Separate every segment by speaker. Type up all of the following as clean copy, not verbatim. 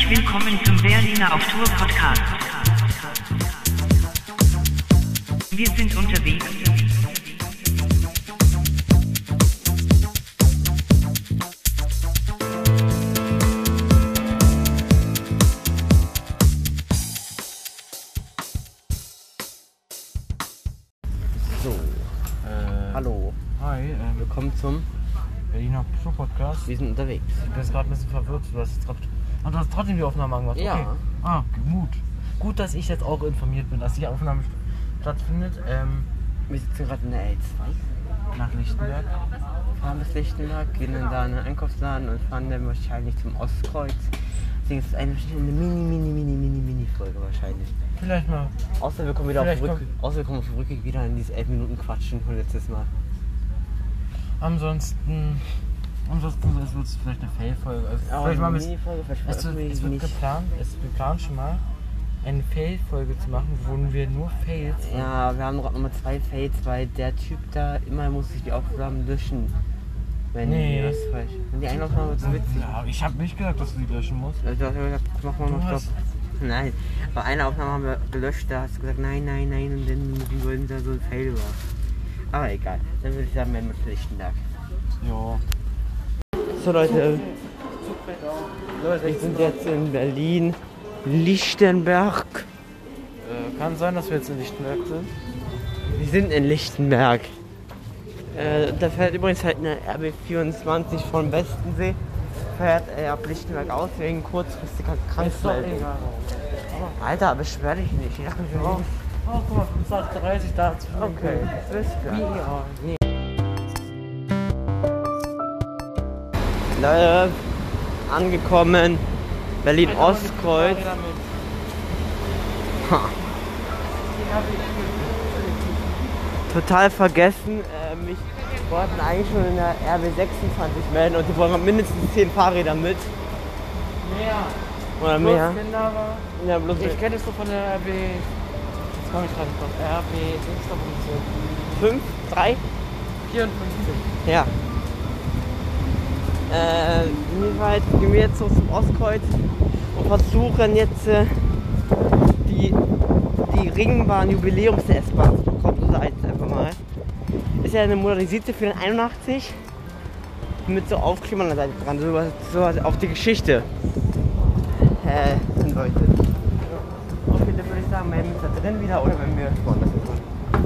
Speaker 1: Herzlich willkommen zum Berliner auf Tour Podcast. Wir sind unterwegs.
Speaker 2: So, hallo.
Speaker 3: Hi,
Speaker 2: Willkommen zum
Speaker 3: Berliner Show-Podcast.
Speaker 2: Wir sind unterwegs.
Speaker 3: Ich bin jetzt gerade ein bisschen verwirrt. Du hast trotzdem die Aufnahme angemacht.
Speaker 2: Ja.
Speaker 3: Okay. Gut, dass ich jetzt auch informiert bin, dass die Aufnahme stattfindet.
Speaker 2: Wir sitzen gerade in der L2.
Speaker 3: Nach Lichtenberg.
Speaker 2: Fahren bis Lichtenberg, gehen dann da in den Einkaufsladen und fahren dann wahrscheinlich zum Ostkreuz. Deswegen ist es eine Mini-Folge wahrscheinlich.
Speaker 3: Vielleicht mal.
Speaker 2: Außer wir kommen wieder auf den Rückweg wieder in dieses 11 Minuten Quatschen von letztes Mal.
Speaker 3: Ansonsten wird es vielleicht eine Fail-Folge. Also vielleicht mal
Speaker 2: Mini-Folge,
Speaker 3: es wird geplant schon mal eine Fail-Folge zu machen, wo wir nur Fails.
Speaker 2: Ja, wir haben gerade nochmal 2 Fails, weil der Typ da immer muss sich die Aufnahmen löschen. Wenn die Einlaufnahme zu witzig.
Speaker 3: Ja, ich habe nicht gesagt, dass du die löschen musst.
Speaker 2: Du hast ja gesagt, das machen wir noch Stopp. Nein, bei einer Aufnahme haben wir gelöscht, da hast du gesagt, nein, und dann wie wollen da so ein Fail war. Aber egal, dann würde ich sagen, wir mit Lichtenberg.
Speaker 3: Ja.
Speaker 2: So Leute, wir sind jetzt in Berlin, Lichtenberg.
Speaker 3: Kann sein, dass wir jetzt in Lichtenberg sind.
Speaker 2: Wir sind in Lichtenberg. Da fährt übrigens halt eine RB24 von Westensee. Fährt ab Lichtenberg aus wegen kurzfristiger Krankmeldung. Alter, beschwer dich nicht. Ich dachte,
Speaker 3: Oh, guck mal, 5:30 da.
Speaker 2: Okay, das ist klar.
Speaker 3: Nee.
Speaker 2: Leute, angekommen, Berlin-Ostkreuz. Total vergessen, mich wollten eigentlich schon in der RB26 melden und die wollen mindestens 10 Fahrräder mit.
Speaker 3: Mehr.
Speaker 2: Oder mehr? Ja, bloß
Speaker 3: Ich kenne es so von der RB. Jetzt komme ich gerade drauf. RB
Speaker 2: 5, 3?
Speaker 3: 54.
Speaker 2: Ja. Jedenfalls gehen wir jetzt so zum Ostkreuz und versuchen jetzt die Ringbahn Jubiläums-S-Bahn zu bekommen, so sage ich jetzt einfach mal. Ist ja eine modernisierte für den 81 mit so Aufklebern an der Seite dran, so auf die Geschichte hinleuchtet. Okay, dann würde ich sagen, wir sind da drin wieder oder wenn wir woanders sind.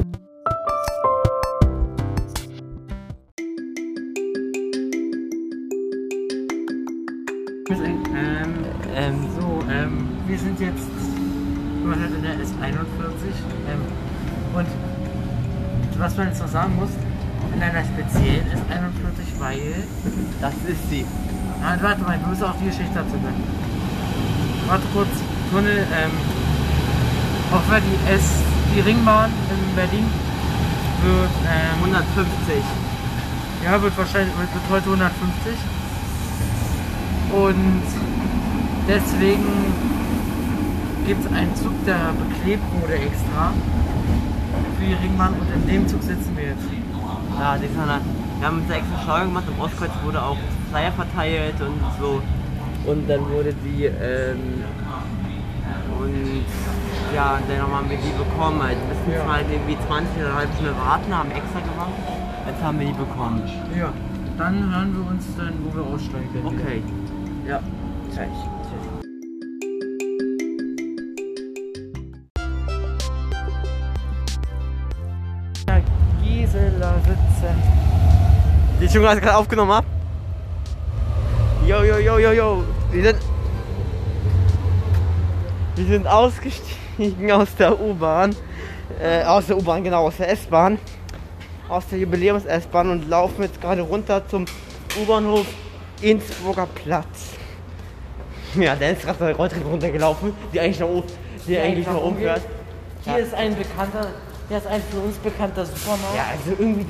Speaker 3: Wir sind jetzt in der S41 und was man jetzt noch sagen muss, in einer speziellen S41, weil...
Speaker 2: Das ist sie.
Speaker 3: Warte mal, du musst auch die Geschichte dazu hören. Warte kurz, Tunnel, auch weil die Ringbahn in Berlin wird
Speaker 2: 150.
Speaker 3: Ja, wird heute 150 und deswegen gibt es einen Zug, der beklebt wurde extra für die Ringbahn und in dem Zug sitzen wir jetzt.
Speaker 2: Ja, wir haben uns extra schlau gemacht, im Ostkreuz wurde auch Flyer verteilt und so. Und dann wurde dann haben wir die bekommen. Also wir müssen jetzt mal irgendwie 20 oder eine halbe Stunde warten, haben extra gemacht. Jetzt haben wir die bekommen.
Speaker 3: Ja, dann hören wir uns dann, wo wir aussteigen.
Speaker 2: Okay. Ja, gleich.
Speaker 3: Gisela sitze.
Speaker 2: Die schon gerade aufgenommen habe. Yo. Wir sind ausgestiegen aus der U-Bahn. Aus der S-Bahn. Aus der Jubiläums-S-Bahn und laufen jetzt gerade runter zum U-Bahnhof Innsbrucker Platz. Ja, der ist gerade der Rolltreppe runtergelaufen, die eigentlich nach oben fährt.
Speaker 3: Hier ist ein für uns bekannter Supermarkt.
Speaker 2: Ja, also irgendwie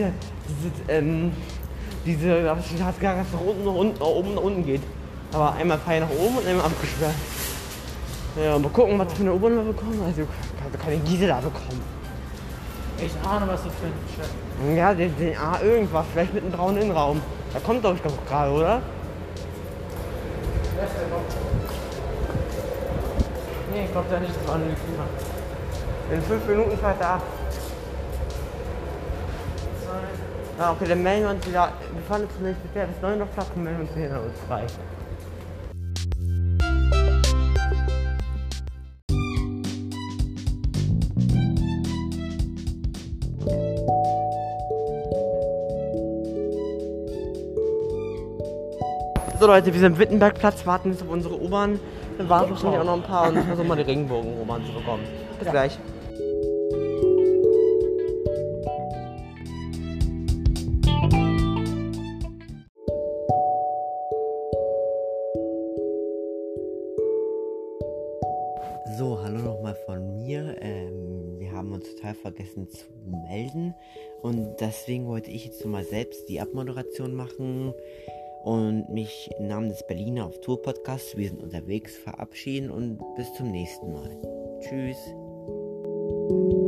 Speaker 2: ich hatte gar nicht nach unten geht. Aber einmal frei nach oben und einmal abgesperrt. Ja, mal gucken, was für eine U-Bahn wir bekommen. Also, keine Gisela bekommen.
Speaker 3: Ich ahne, was du für ein Chef.
Speaker 2: Ja, den irgendwas, vielleicht mit einem braunen Innenraum. Da kommt, glaube ich, gerade, oder?
Speaker 3: Nee, ich glaube ja nicht, das war eine Lüge.
Speaker 2: In 5 Minuten fährt er ab. Ah, okay, dann melden wir uns wieder. Wir fahren jetzt zumindest bis 9 Uhr Platz und melden uns wieder uns frei. So Leute, wir sind am Wittenbergplatz, warten jetzt auf unsere U-Bahn. Dann warten wahrscheinlich auch noch ein paar und versuchen mal die Regenbogen-U-Bahn zu bekommen. Bis gleich. So, hallo nochmal von mir. Wir haben uns total vergessen zu melden und deswegen wollte ich jetzt mal selbst die Abmoderation machen und mich im Namen des Berliner auf Tour Podcasts, wir sind unterwegs, verabschieden und bis zum nächsten Mal. Tschüss.